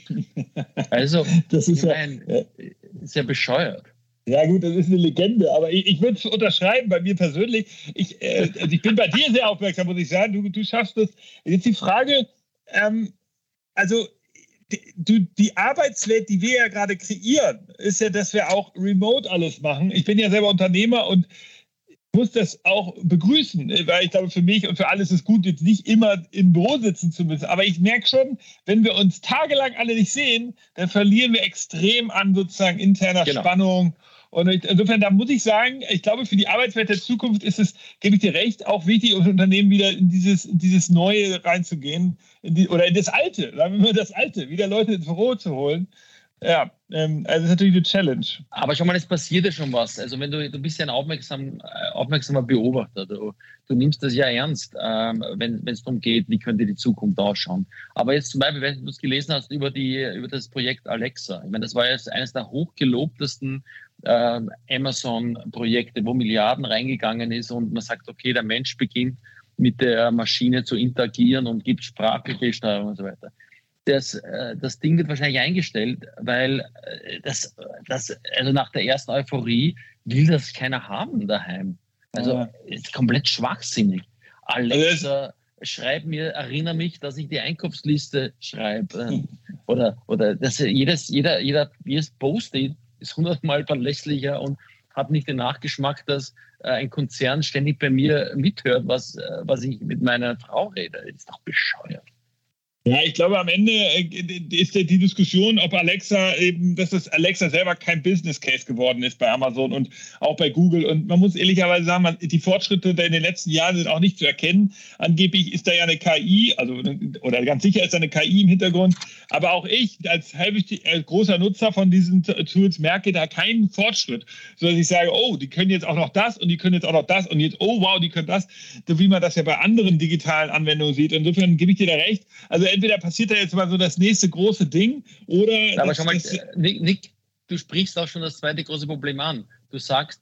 Also, das ist ich ja, mein, ist ja bescheuert. Ja gut, das ist eine Legende, aber ich, ich würde es unterschreiben bei mir persönlich. Ich, äh, also ich bin bei dir sehr aufmerksam, muss ich sagen. Du, du schaffst es. Jetzt die Frage, ähm, also Die, die Arbeitswelt, die wir ja gerade kreieren, ist ja, dass wir auch remote alles machen. Ich bin ja selber Unternehmer und muss das auch begrüßen, weil ich glaube, für mich und für alles ist gut, jetzt nicht immer im Büro sitzen zu müssen. Aber ich merke schon, wenn wir uns tagelang alle nicht sehen, dann verlieren wir extrem an sozusagen interner genau. Spannung. Und insofern, da muss ich sagen, ich glaube, für die Arbeitswelt der Zukunft ist es, gebe ich dir recht, auch wichtig, um Unternehmen wieder in dieses, in dieses Neue reinzugehen, in die, oder in das Alte, sagen wir mal das Alte, wieder Leute ins Büro zu holen. Ja, ähm, also das ist natürlich eine Challenge. Aber schau mal, es passiert ja schon was. Also wenn du, du bist ja ein aufmerksam, aufmerksamer Beobachter, du, du nimmst das ja ernst, ähm, wenn es darum geht, wie könnte die Zukunft ausschauen. Aber jetzt zum Beispiel, wenn du es gelesen hast über, die, über das Projekt Alexa, ich meine, das war jetzt eines der hochgelobtesten äh, Amazon-Projekte, wo Milliarden reingegangen ist und man sagt, okay, der Mensch beginnt mit der Maschine zu interagieren und gibt sprachliche Steuerung und so weiter. Das, das Ding wird wahrscheinlich eingestellt, weil das, das, also nach der ersten Euphorie will das keiner haben daheim. Also ja. Ist komplett schwachsinnig. Alexa, schreib mir, erinnere mich, dass ich die Einkaufsliste schreibe. Oder, oder dass jedes, jeder, jeder, jedes Post-it ist hundertmal verlässlicher und hat nicht den Nachgeschmack, dass äh, ein Konzern ständig bei mir mithört, was, äh, was ich mit meiner Frau rede. Das ist doch bescheuert. Ja, ich glaube, am Ende ist die Diskussion, ob Alexa eben, dass das Alexa selber kein Business Case geworden ist bei Amazon und auch bei Google. Und man muss ehrlicherweise sagen, die Fortschritte in den letzten Jahren sind auch nicht zu erkennen. Angeblich ist da ja eine K I, also oder ganz sicher ist da eine K I im Hintergrund. Aber auch ich als, als großer Nutzer von diesen Tools merke da keinen Fortschritt, sodass ich sage, oh, die können jetzt auch noch das und die können jetzt auch noch das und jetzt, oh wow, die können das, so wie man das ja bei anderen digitalen Anwendungen sieht. Insofern gebe ich dir da recht. Also entweder passiert da jetzt mal so das nächste große Ding oder... Aber das, schau mal, das, Nick, Nick, du sprichst auch schon das zweite große Problem an. Du sagst,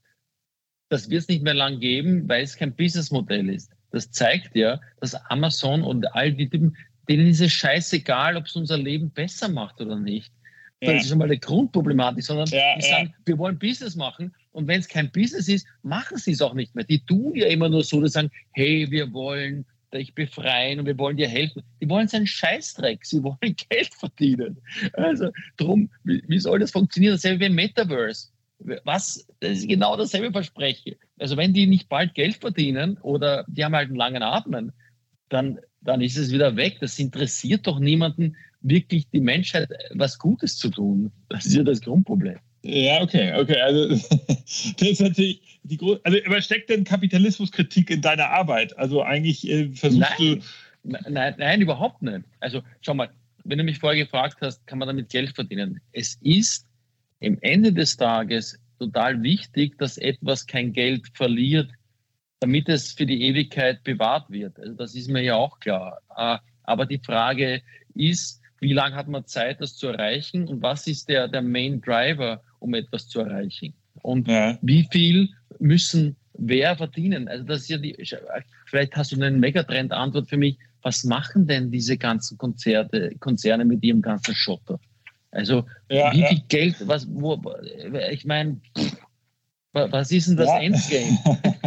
das wird es nicht mehr lang geben, weil es kein Businessmodell ist. Das zeigt ja, dass Amazon und all die Typen, denen ist es scheißegal, ob es unser Leben besser macht oder nicht. Ja. Das ist schon mal eine Grundproblematik, sondern ja, die sagen, ja. wir wollen Business machen und wenn es kein Business ist, machen sie es auch nicht mehr. Die tun ja immer nur so, die sagen, hey, wir wollen dich befreien und wir wollen dir helfen. Die wollen seinen Scheißdreck, sie wollen Geld verdienen. Also drum, wie, wie soll das funktionieren? Dasselbe wie im Metaverse. Was, das ist genau dasselbe Versprechen. Also wenn die nicht bald Geld verdienen oder die haben halt einen langen Atmen, dann, dann ist es wieder weg. Das interessiert doch niemanden, wirklich die Menschheit was Gutes zu tun. Das ist ja das Grundproblem. Ja, okay, okay. Also das ist natürlich die große. Also, aber steckt denn Kapitalismuskritik in deiner Arbeit? Also eigentlich äh, versuchst nein, du. Nein, nein, überhaupt nicht. Also schau mal, wenn du mich vorher gefragt hast, kann man damit Geld verdienen? Es ist am Ende des Tages total wichtig, dass etwas kein Geld verliert, damit es für die Ewigkeit bewahrt wird. Also das ist mir ja auch klar. Aber die Frage ist, wie lange hat man Zeit, das zu erreichen und was ist der, der Main Driver, um etwas zu erreichen? Und ja. wie viel müssen wer verdienen? Also das ist ja die, vielleicht hast du eine Megatrend-Antwort für mich. Was machen denn diese ganzen Konzerte, Konzerne mit ihrem ganzen Schotter? Also ja, wie viel ja. Geld, was, wo, ich meine, was ist denn das ja. Endgame?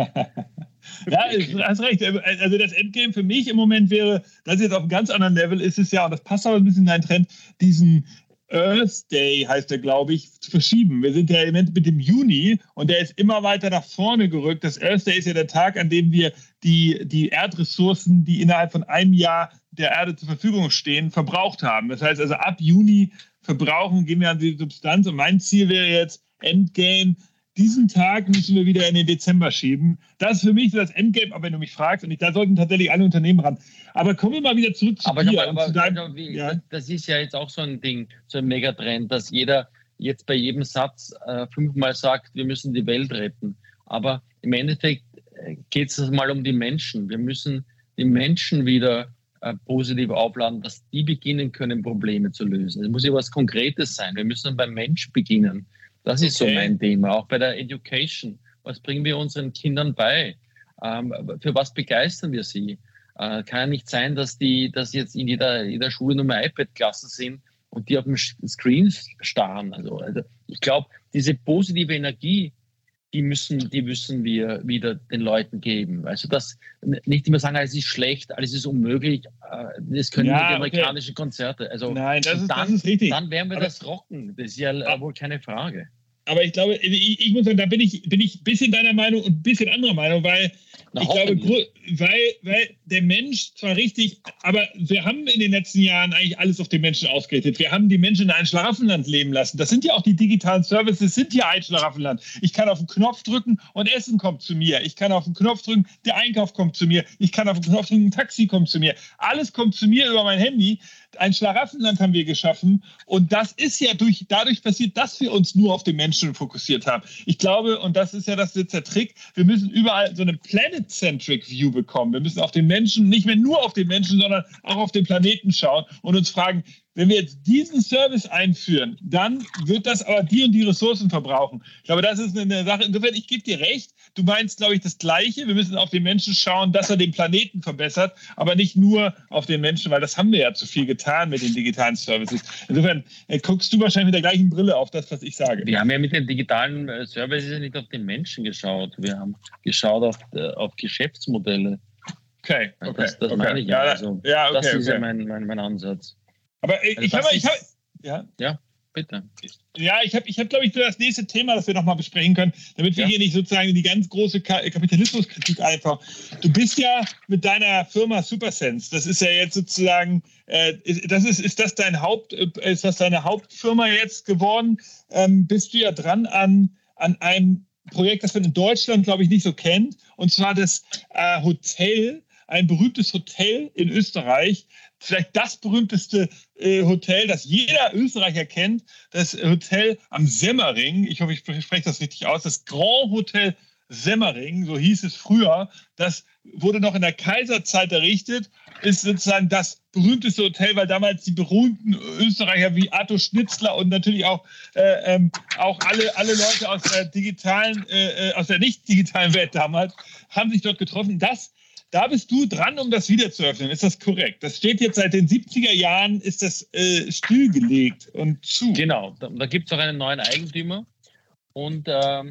Ja, du hast recht. Also das Endgame für mich im Moment wäre, das ist jetzt auf einem ganz anderen Level ist es ja, und das passt aber ein bisschen in deinen Trend, diesen Earth Day heißt der, glaube ich, zu verschieben. Wir sind ja im Moment mit dem Juni und der ist immer weiter nach vorne gerückt. Das Earth Day ist ja der Tag, an dem wir die, die Erdressourcen, die innerhalb von einem Jahr der Erde zur Verfügung stehen, verbraucht haben. Das heißt also ab Juni verbrauchen, gehen wir an die Substanz und mein Ziel wäre jetzt Endgame. Diesen Tag müssen wir wieder in den Dezember schieben. Das ist für mich so das Endgame, aber wenn du mich fragst, und ich, da sollten tatsächlich alle Unternehmen ran. Aber kommen wir mal wieder zurück zu aber dir. Aber, und aber, zu deinem, aber wie, ja. Das ist ja jetzt auch so ein Ding, so ein Megatrend, dass jeder jetzt bei jedem Satz äh, fünfmal sagt, wir müssen die Welt retten. Aber im Endeffekt äh, geht es mal um die Menschen. Wir müssen die Menschen wieder äh, positiv aufladen, dass die beginnen können, Probleme zu lösen. Es muss ja was Konkretes sein. Wir müssen beim Mensch beginnen. Das ist okay. So mein Thema, auch bei der Education. Was bringen wir unseren Kindern bei? Ähm, für was begeistern wir sie? Äh, kann ja nicht sein, dass die dass jetzt in jeder, jeder Schule nur mehr iPad-Klassen sind und die auf dem Screen starren. Also, also ich glaube, diese positive Energie, die müssen, die müssen wir wieder den Leuten geben. Also das nicht immer sagen, alles ist schlecht, alles ist unmöglich. Das können ja, nur die amerikanischen okay. Konzerte. Also nein, das ist, dann, das ist richtig. Dann werden wir aber, das rocken. Das ist ja aber, wohl keine Frage. Aber ich glaube, ich, ich muss sagen, da bin ich, bin ich ein bisschen deiner Meinung und ein bisschen anderer Meinung, weil Na, ich glaube, weil, weil der Mensch zwar richtig, aber wir haben in den letzten Jahren eigentlich alles auf den Menschen ausgerichtet. Wir haben die Menschen in ein Schlaraffenland leben lassen. Das sind ja auch die digitalen Services, sind ja ein Schlaraffenland. Ich kann auf den Knopf drücken und Essen kommt zu mir. Ich kann auf den Knopf drücken, der Einkauf kommt zu mir. Ich kann auf den Knopf drücken, ein Taxi kommt zu mir. Alles kommt zu mir über mein Handy. Ein Schlaraffenland haben wir geschaffen und das ist ja durch, dadurch passiert, dass wir uns nur auf den Menschen fokussiert haben. Ich glaube, und das ist ja das jetzt der Trick, wir müssen überall so eine Planet-Centric View bekommen. Wir müssen auf den Menschen, nicht mehr nur auf den Menschen, sondern auch auf den Planeten schauen und uns fragen, wenn wir jetzt diesen Service einführen, dann wird das aber die und die Ressourcen verbrauchen. Ich glaube, das ist eine Sache. Insofern, ich gebe dir recht. Du meinst, glaube ich, das Gleiche. Wir müssen auf den Menschen schauen, dass er den Planeten verbessert, aber nicht nur auf den Menschen, weil das haben wir ja zu viel getan mit den digitalen Services. Insofern äh, guckst du wahrscheinlich mit der gleichen Brille auf das, was ich sage. Wir haben ja mit den digitalen äh, Services nicht auf den Menschen geschaut. Wir haben geschaut auf, äh, auf Geschäftsmodelle. Okay, okay. Das, das okay. meine ich ja. Ja, Also, ja, okay, das ist okay. ja mein, mein, mein Ansatz. Aber ich, Also ich das habe, ist- ich habe, ja. Ja, bitte. Ja, ich habe, ich hab, glaube ich, so das nächste Thema, das wir nochmal besprechen können, damit wir Ja. hier nicht sozusagen in die ganz große Ka Kapitalismuskritik einfach. Du bist ja mit deiner Firma Supersense, das ist ja jetzt sozusagen, äh, ist, das ist, ist das dein Haupt, äh, ist das deine Hauptfirma jetzt geworden? Ähm, bist du ja dran an, an einem Projekt, das man in Deutschland, glaube ich, nicht so kennt, und zwar das äh, Hotel, ein berühmtes Hotel in Österreich, vielleicht das berühmteste äh, Hotel, das jeder Österreicher kennt, das Hotel am Semmering. Ich hoffe, ich spreche das richtig aus. Das Grand Hotel Semmering, so hieß es früher. Das wurde noch in der Kaiserzeit errichtet, ist sozusagen das berühmteste Hotel, weil damals die berühmten Österreicher wie Arthur Schnitzler und natürlich auch, äh, ähm, auch alle, alle Leute aus der digitalen, äh, aus der nicht digitalen Welt damals, haben sich dort getroffen. Das Da bist du dran, um das wieder zu öffnen. Ist das korrekt? Das steht jetzt seit den siebziger Jahren, ist das äh, stillgelegt und zu. Genau, da, da gibt es auch einen neuen Eigentümer. Und ähm,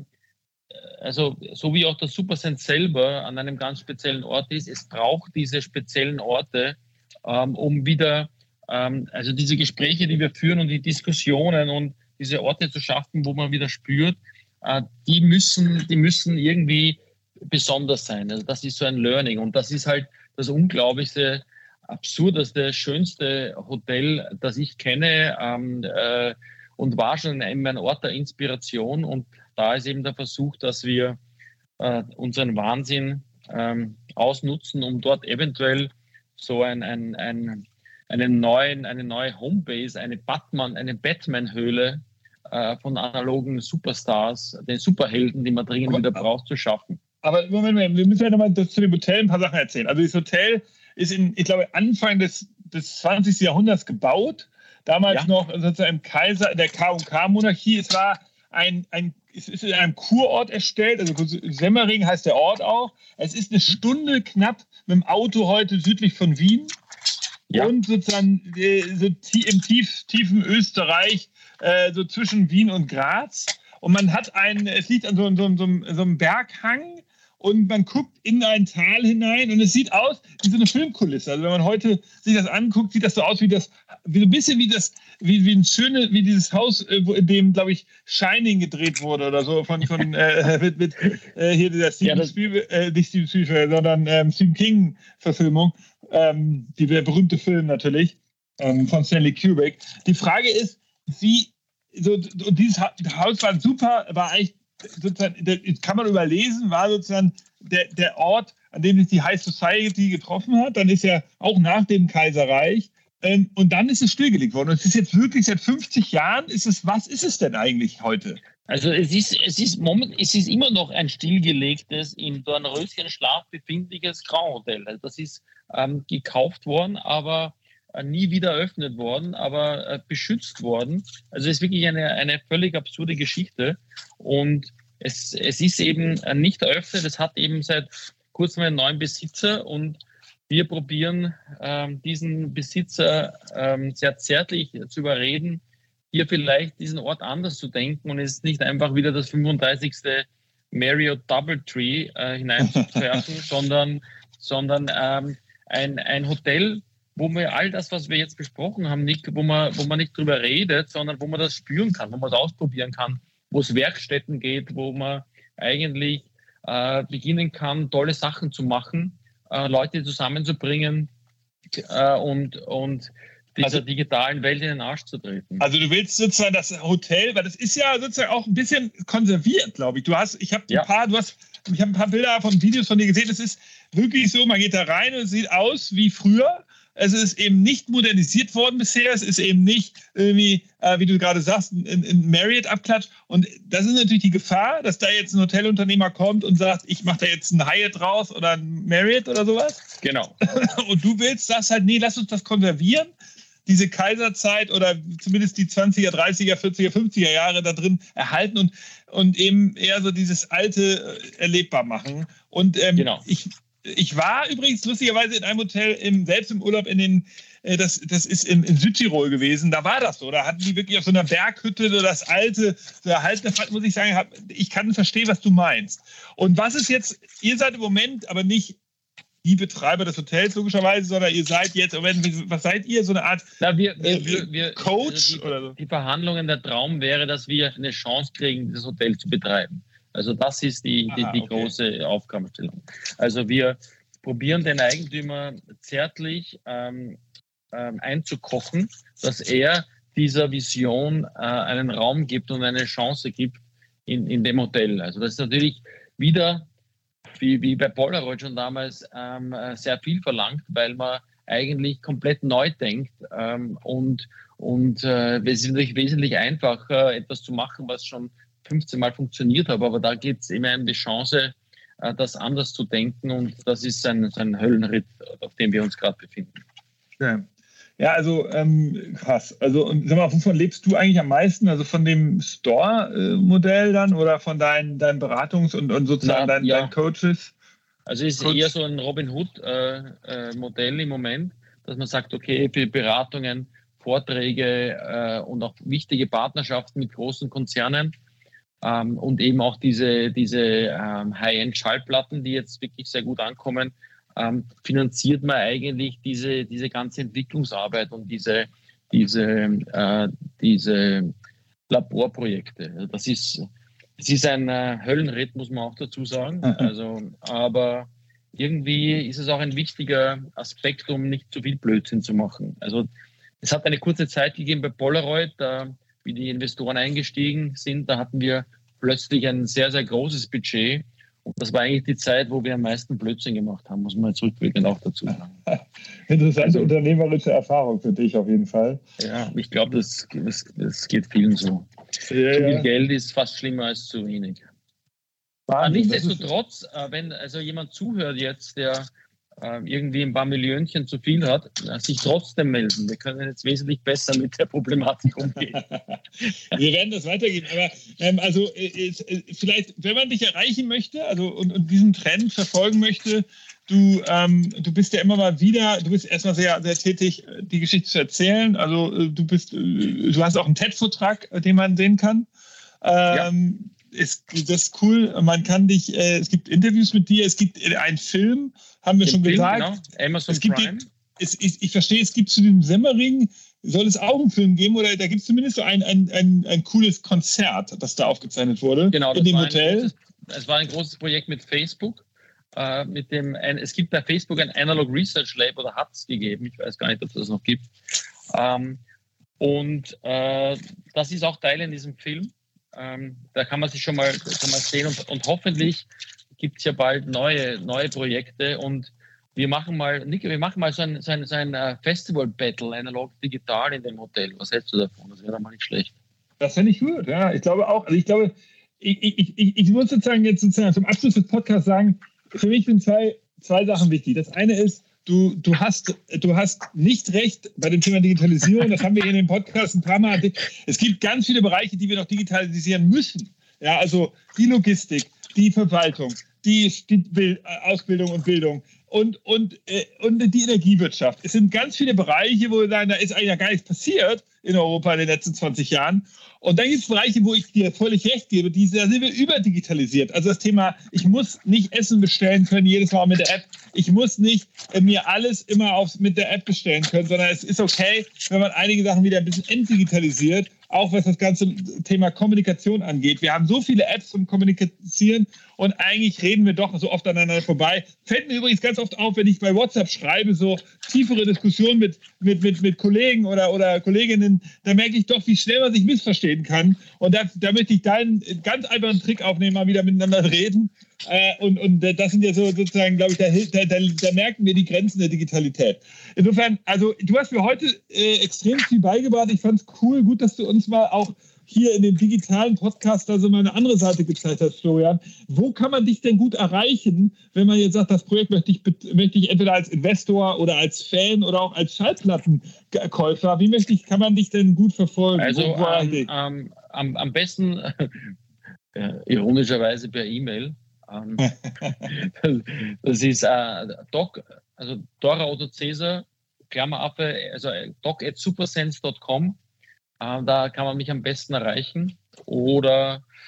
also so wie auch der Supersense selber an einem ganz speziellen Ort ist, es braucht diese speziellen Orte, ähm, um wieder, ähm, also diese Gespräche, die wir führen und die Diskussionen und diese Orte zu schaffen, wo man wieder spürt, äh, die müssen, die müssen irgendwie besonders sein. Also das ist so ein Learning und das ist halt das unglaublichste, absurdeste, schönste Hotel, das ich kenne ähm, äh, und war schon ein Ort der Inspiration. Und da ist eben der Versuch, dass wir äh, unseren Wahnsinn ähm, ausnutzen, um dort eventuell so ein, ein, ein, einen neuen, eine neue Homebase, eine Batman, eine Batman-Höhle äh, von analogen Superstars, den Superhelden, die man dringend wieder braucht, zu schaffen. Aber Moment, Moment, wir müssen ja nochmal zu dem Hotel ein paar Sachen erzählen. Also das Hotel ist in, ich glaube, Anfang des, des zwanzigsten Jahrhunderts gebaut. Damals ja. noch sozusagen im Kaiser, der K und K-Monarchie. Es war ein, ein, es ist in einem Kurort erstellt, also Semmering heißt der Ort auch. Es ist eine Stunde knapp mit dem Auto heute südlich von Wien. Ja. Und sozusagen so im tief, tiefen Österreich, so zwischen Wien und Graz. Und man hat einen, es liegt an so, so, so, so einem Berghang und man guckt in ein Tal hinein und es sieht aus wie so eine Filmkulisse. Also wenn man heute sich das anguckt, sieht das so aus wie das, wie so ein bisschen wie das, wie, wie ein schönes, wie dieses Haus, in dem, glaube ich, Shining gedreht wurde oder so von, von äh, mit, mit äh, hier dieser Stephen ja, Spielberg, äh, nicht Stephen Spielberg, sondern ähm, Stephen King-Verfilmung, ähm, die, der berühmte Film natürlich ähm, von Stanley Kubrick. Die Frage ist, wie So, und dieses Haus war super, war eigentlich sozusagen, kann man überlesen, war sozusagen der, der Ort, an dem sich die High Society getroffen hat. Dann ist ja auch nach dem Kaiserreich. Ähm, und dann ist es stillgelegt worden. Und es ist jetzt wirklich seit fünfzig Jahren, ist es, was ist es denn eigentlich heute? Also es ist, es ist, moment, es ist immer noch ein stillgelegtes, in Dornröschenschlaf befindliches Grand Hotel. Also das ist ähm, gekauft worden, aber nie wieder eröffnet worden, aber äh, beschützt worden. Also es ist wirklich eine, eine völlig absurde Geschichte und es, es ist eben nicht eröffnet, es hat eben seit kurzem einen neuen Besitzer und wir probieren ähm, diesen Besitzer ähm, sehr zärtlich zu überreden, hier vielleicht diesen Ort anders zu denken und es ist nicht einfach wieder das fünfunddreißigste Marriott Doubletree äh, hineinzuwerfen, sondern, sondern ähm, ein, ein Hotel, wo wir all das, was wir jetzt besprochen haben, nicht, wo man, wo man nicht drüber redet, sondern wo man das spüren kann, wo man es ausprobieren kann, wo es Werkstätten geht, wo man eigentlich äh, beginnen kann, tolle Sachen zu machen, äh, Leute zusammenzubringen äh, und, und dieser also, digitalen Welt in den Arsch zu treten. Also du willst sozusagen das Hotel, weil das ist ja sozusagen auch ein bisschen konserviert, glaube ich. Du hast, ich habe ja. ein paar, du hast, ich habe ein paar Bilder von Videos von dir gesehen. Es ist wirklich so, man geht da rein und es sieht aus wie früher. Es ist eben nicht modernisiert worden bisher. Es ist eben nicht irgendwie, äh, wie du gerade sagst, ein, ein Marriott-Abklatsch. Und das ist natürlich die Gefahr, dass da jetzt ein Hotelunternehmer kommt und sagt, ich mache da jetzt ein Hyatt raus oder ein Marriott oder sowas. Genau. Und du willst, sagst halt, nee, lass uns das konservieren. Diese Kaiserzeit oder zumindest die zwanziger, dreißiger, vierziger, fünfziger Jahre da drin erhalten und, und eben eher so dieses Alte erlebbar machen. Und ähm, genau. ich... Ich war übrigens lustigerweise in einem Hotel, im, selbst im Urlaub in den, äh, das, das ist in, in Südtirol gewesen, da war das so. Da hatten die wirklich auf so einer Berghütte so das alte, so erhaltene, muss ich sagen, hab, ich kann verstehen, was du meinst. Und was ist jetzt, ihr seid im Moment aber nicht die Betreiber des Hotels logischerweise, sondern ihr seid jetzt, was seid ihr, so eine Art Na, wir, wir, wir, wir, Coach? Also die, oder so? Die Verhandlungen, der Traum wäre, dass wir eine Chance kriegen, das Hotel zu betreiben. Also das ist die, die, Aha, die okay. große Aufgabenstellung. Also wir probieren den Eigentümer zärtlich ähm, ähm, einzukochen, dass er dieser Vision äh, einen Raum gibt und eine Chance gibt in, in dem Hotel. Also das ist natürlich wieder, wie, wie bei Polaroid schon damals, ähm, sehr viel verlangt, weil man eigentlich komplett neu denkt ähm, und, und äh, es ist natürlich wesentlich einfacher, etwas zu machen, was schon fünfzehn Mal funktioniert hat, aber da geht es immer um die Chance, äh, das anders zu denken und das ist ein, ein Höllenritt, auf dem wir uns gerade befinden. Ja. Ja, also ähm, krass. Also und sag mal, wovon lebst du eigentlich am meisten? Also von dem Store-Modell dann oder von deinen, deinen Beratungs- und, und sozusagen Na, deinen, ja. deinen Coaches? Also es ist Coach. eher so ein Robin Hood-Modell äh, äh, im Moment, dass man sagt, okay, für Beratungen, Vorträge äh, und auch wichtige Partnerschaften mit großen Konzernen ähm, und eben auch diese, diese ähm, High-End-Schallplatten, die jetzt wirklich sehr gut ankommen, ähm, finanziert man eigentlich diese, diese ganze Entwicklungsarbeit und diese, diese, äh, diese Laborprojekte. Also das ist, das ist ein äh, Höllenritt, muss man auch dazu sagen. Also, aber irgendwie ist es auch ein wichtiger Aspekt, um nicht zu viel Blödsinn zu machen. Also es hat eine kurze Zeit gegeben bei Polaroid, da, wie die Investoren eingestiegen sind, da hatten wir plötzlich ein sehr, sehr großes Budget. Und das war eigentlich die Zeit, wo wir am meisten Blödsinn gemacht haben, muss man zurückblickend auch dazu sagen. Interessante also, unternehmerische Erfahrung für dich auf jeden Fall. Ja, ich glaube, das, das, das geht vielen so. Ja, zu viel ja. Geld ist fast schlimmer als zu wenig. Wahnsinn, Nichtsdestotrotz, äh, wenn also jemand zuhört jetzt, der äh, irgendwie ein paar Millionchen zu viel hat, äh, sich trotzdem melden. Wir können jetzt wesentlich besser mit der Problematik umgehen. Wir werden das weitergeben. Aber ähm, also äh, äh, vielleicht, wenn man dich erreichen möchte, also und, und diesen Trend verfolgen möchte, du, ähm, du bist ja immer mal wieder, du bist erstmal sehr, sehr tätig, die Geschichte zu erzählen. Also äh, du bist, äh, du hast auch einen TED-Vortrag, den man sehen kann. Ähm, ja. Ist, das ist cool. Man kann dich, äh, es gibt Interviews mit dir, es gibt einen Film, haben wir Den schon Film, gesagt. Genau. Amazon es gibt Prime. Den, es, ich, ich verstehe, es gibt zu dem Semmering, soll es auch einen Film geben oder da gibt es zumindest so ein, ein, ein, ein cooles Konzert, das da aufgezeichnet wurde genau, in dem Hotel. Es war ein großes Projekt mit Facebook. Äh, mit dem, ein, es gibt bei Facebook ein Analog Research Lab oder hat es gegeben. Ich weiß gar nicht, ob es das noch gibt. Ähm, und äh, das ist auch Teil in diesem Film. Ähm, da kann man sich schon mal, schon mal sehen und, und hoffentlich gibt es ja bald neue, neue Projekte und wir machen mal, Nico, wir machen mal so ein, so ein, so ein uh, Festival-Battle, analog digital in dem Hotel. Was hältst du davon? Das wäre doch mal nicht schlecht. Das fände ich gut, ja. Ich glaube auch, also ich glaube, ich, ich, ich, ich muss sozusagen jetzt sozusagen zum Abschluss des Podcasts sagen, für mich sind zwei, zwei Sachen wichtig. Das eine ist, Du, du, hast, du hast nicht recht bei dem Thema Digitalisierung, das haben wir hier in dem Podcast ein paar Mal. Es gibt ganz viele Bereiche, die wir noch digitalisieren müssen. Ja, also die Logistik, die Verwaltung, die, die Ausbildung und Bildung und, und, äh, und die Energiewirtschaft. Es sind ganz viele Bereiche, wo wir sagen, da ist eigentlich ja gar nichts passiert in Europa in den letzten zwanzig Jahren. Und dann gibt es Bereiche, wo ich dir völlig recht gebe, die, da sind wir überdigitalisiert. Also das Thema, ich muss nicht Essen bestellen können, jedes Mal mit der App. Ich muss nicht äh, mir alles immer aufs, mit der App bestellen können, sondern es ist okay, wenn man einige Sachen wieder ein bisschen entdigitalisiert, auch was das ganze Thema Kommunikation angeht. Wir haben so viele Apps zum Kommunizieren und eigentlich reden wir doch so oft aneinander vorbei. Fällt mir übrigens ganz oft auf, wenn ich bei WhatsApp schreibe, so tiefere Diskussionen mit, mit, mit, mit Kollegen oder, oder Kolleginnen, da merke ich doch, wie schnell man sich missverstehen kann. Und da, da möchte ich deinen ganz einfachen Trick aufnehmen, mal wieder miteinander reden. Äh, und, und das sind ja so sozusagen, glaube ich, da, da, da merken wir die Grenzen der Digitalität. Insofern, also du hast mir heute äh, extrem viel beigebracht. Ich fand es cool, gut, dass du uns mal auch hier in dem digitalen Podcast da so mal eine andere Seite gezeigt hast, Florian. Wo kann man dich denn gut erreichen, wenn man jetzt sagt, das Projekt möchte ich, möchte ich entweder als Investor oder als Fan oder auch als Schallplattenkäufer, wie möchte ich, kann man dich denn gut verfolgen? Also wo, wo ähm, ähm, am, am besten äh, ironischerweise per E-Mail. Ähm, das ist äh, Doc, also Dora Otto Cäsar, Klammeraffe, also doc at supersense dot com. Äh, da kann man mich am besten erreichen. Oder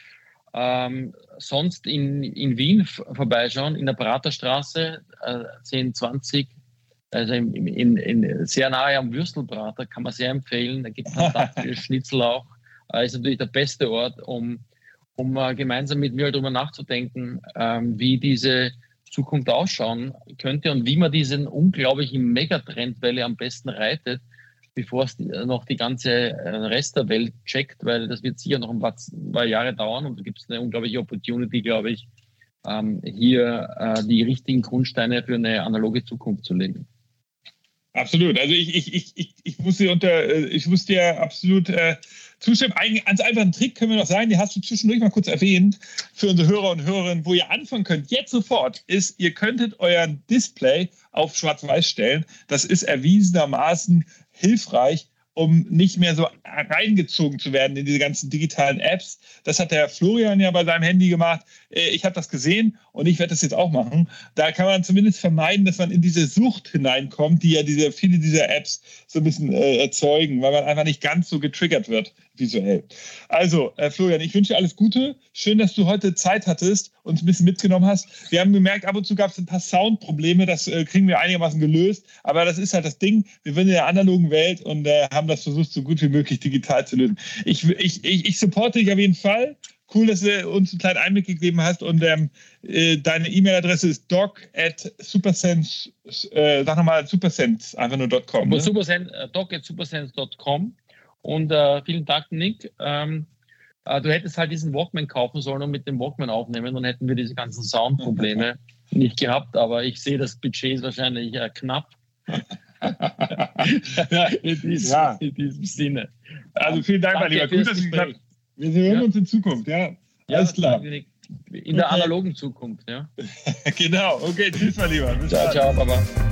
Ähm, sonst in, in Wien f- vorbeischauen, in der Praterstraße äh, zehn zwanzig, also in, in, in, sehr nahe am Würstelbrater, kann man sehr empfehlen. Da gibt es fantastische Schnitzel auch. Äh, ist natürlich der beste Ort, um, um äh, gemeinsam mit mir darüber nachzudenken, ähm, wie diese Zukunft ausschauen könnte und wie man diesen unglaublichen Megatrendwelle am besten reitet, bevor es die, noch die ganze Rest der Welt checkt, weil das wird sicher noch ein paar, ein paar Jahre dauern und da gibt es eine unglaubliche Opportunity, glaube ich, ähm, hier äh, die richtigen Grundsteine für eine analoge Zukunft zu legen. Absolut. Also ich, ich, ich, ich, ich muss dir unter, ich muss dir absolut äh, zustimmen. Ein ganz einfachen Trick können wir noch sagen, den hast du zwischendurch mal kurz erwähnt, für unsere Hörer und Hörerinnen, wo ihr anfangen könnt, jetzt sofort, ist, ihr könntet euren Display auf Schwarz-Weiß stellen. Das ist erwiesenermaßen hilfreich, um nicht mehr so reingezogen zu werden in diese ganzen digitalen Apps. Das hat der Florian ja bei seinem Handy gemacht. Ich habe das gesehen und ich werde das jetzt auch machen. Da kann man zumindest vermeiden, dass man in diese Sucht hineinkommt, die ja diese, viele dieser Apps so ein bisschen äh, erzeugen, weil man einfach nicht ganz so getriggert wird visuell. Also, äh, Florian, ich wünsche dir alles Gute. Schön, dass du heute Zeit hattest und uns ein bisschen mitgenommen hast. Wir haben gemerkt, ab und zu gab es ein paar Soundprobleme. Das äh, kriegen wir einigermaßen gelöst. Aber das ist halt das Ding. Wir sind in der analogen Welt und äh, haben das versucht, so gut wie möglich digital zu lösen. Ich, ich, ich, ich supporte dich auf jeden Fall. Cool, dass du uns einen kleinen Einblick gegeben hast. Und ähm, äh, deine E-Mail-Adresse ist doc at supersense, äh, sag nochmal supersense, einfach nur .com. Ne? Supersense, äh, doc at supersense dot com. Und äh, vielen Dank, Nick. Ähm, äh, du hättest halt diesen Walkman kaufen sollen und mit dem Walkman aufnehmen, dann hätten wir diese ganzen Soundprobleme nicht gehabt. Aber ich sehe, das Budget ist wahrscheinlich äh, knapp. ja, in, diesem, ja. in diesem Sinne. Also vielen Dank, mein Lieber. Gut, dass es geklappt hat. Wir hören ja. uns in Zukunft, ja. ja Alles klar. In der analogen Zukunft, ja. Genau. Okay, tschüss, mein Lieber. Bis ciao, dann. Ciao, Baba.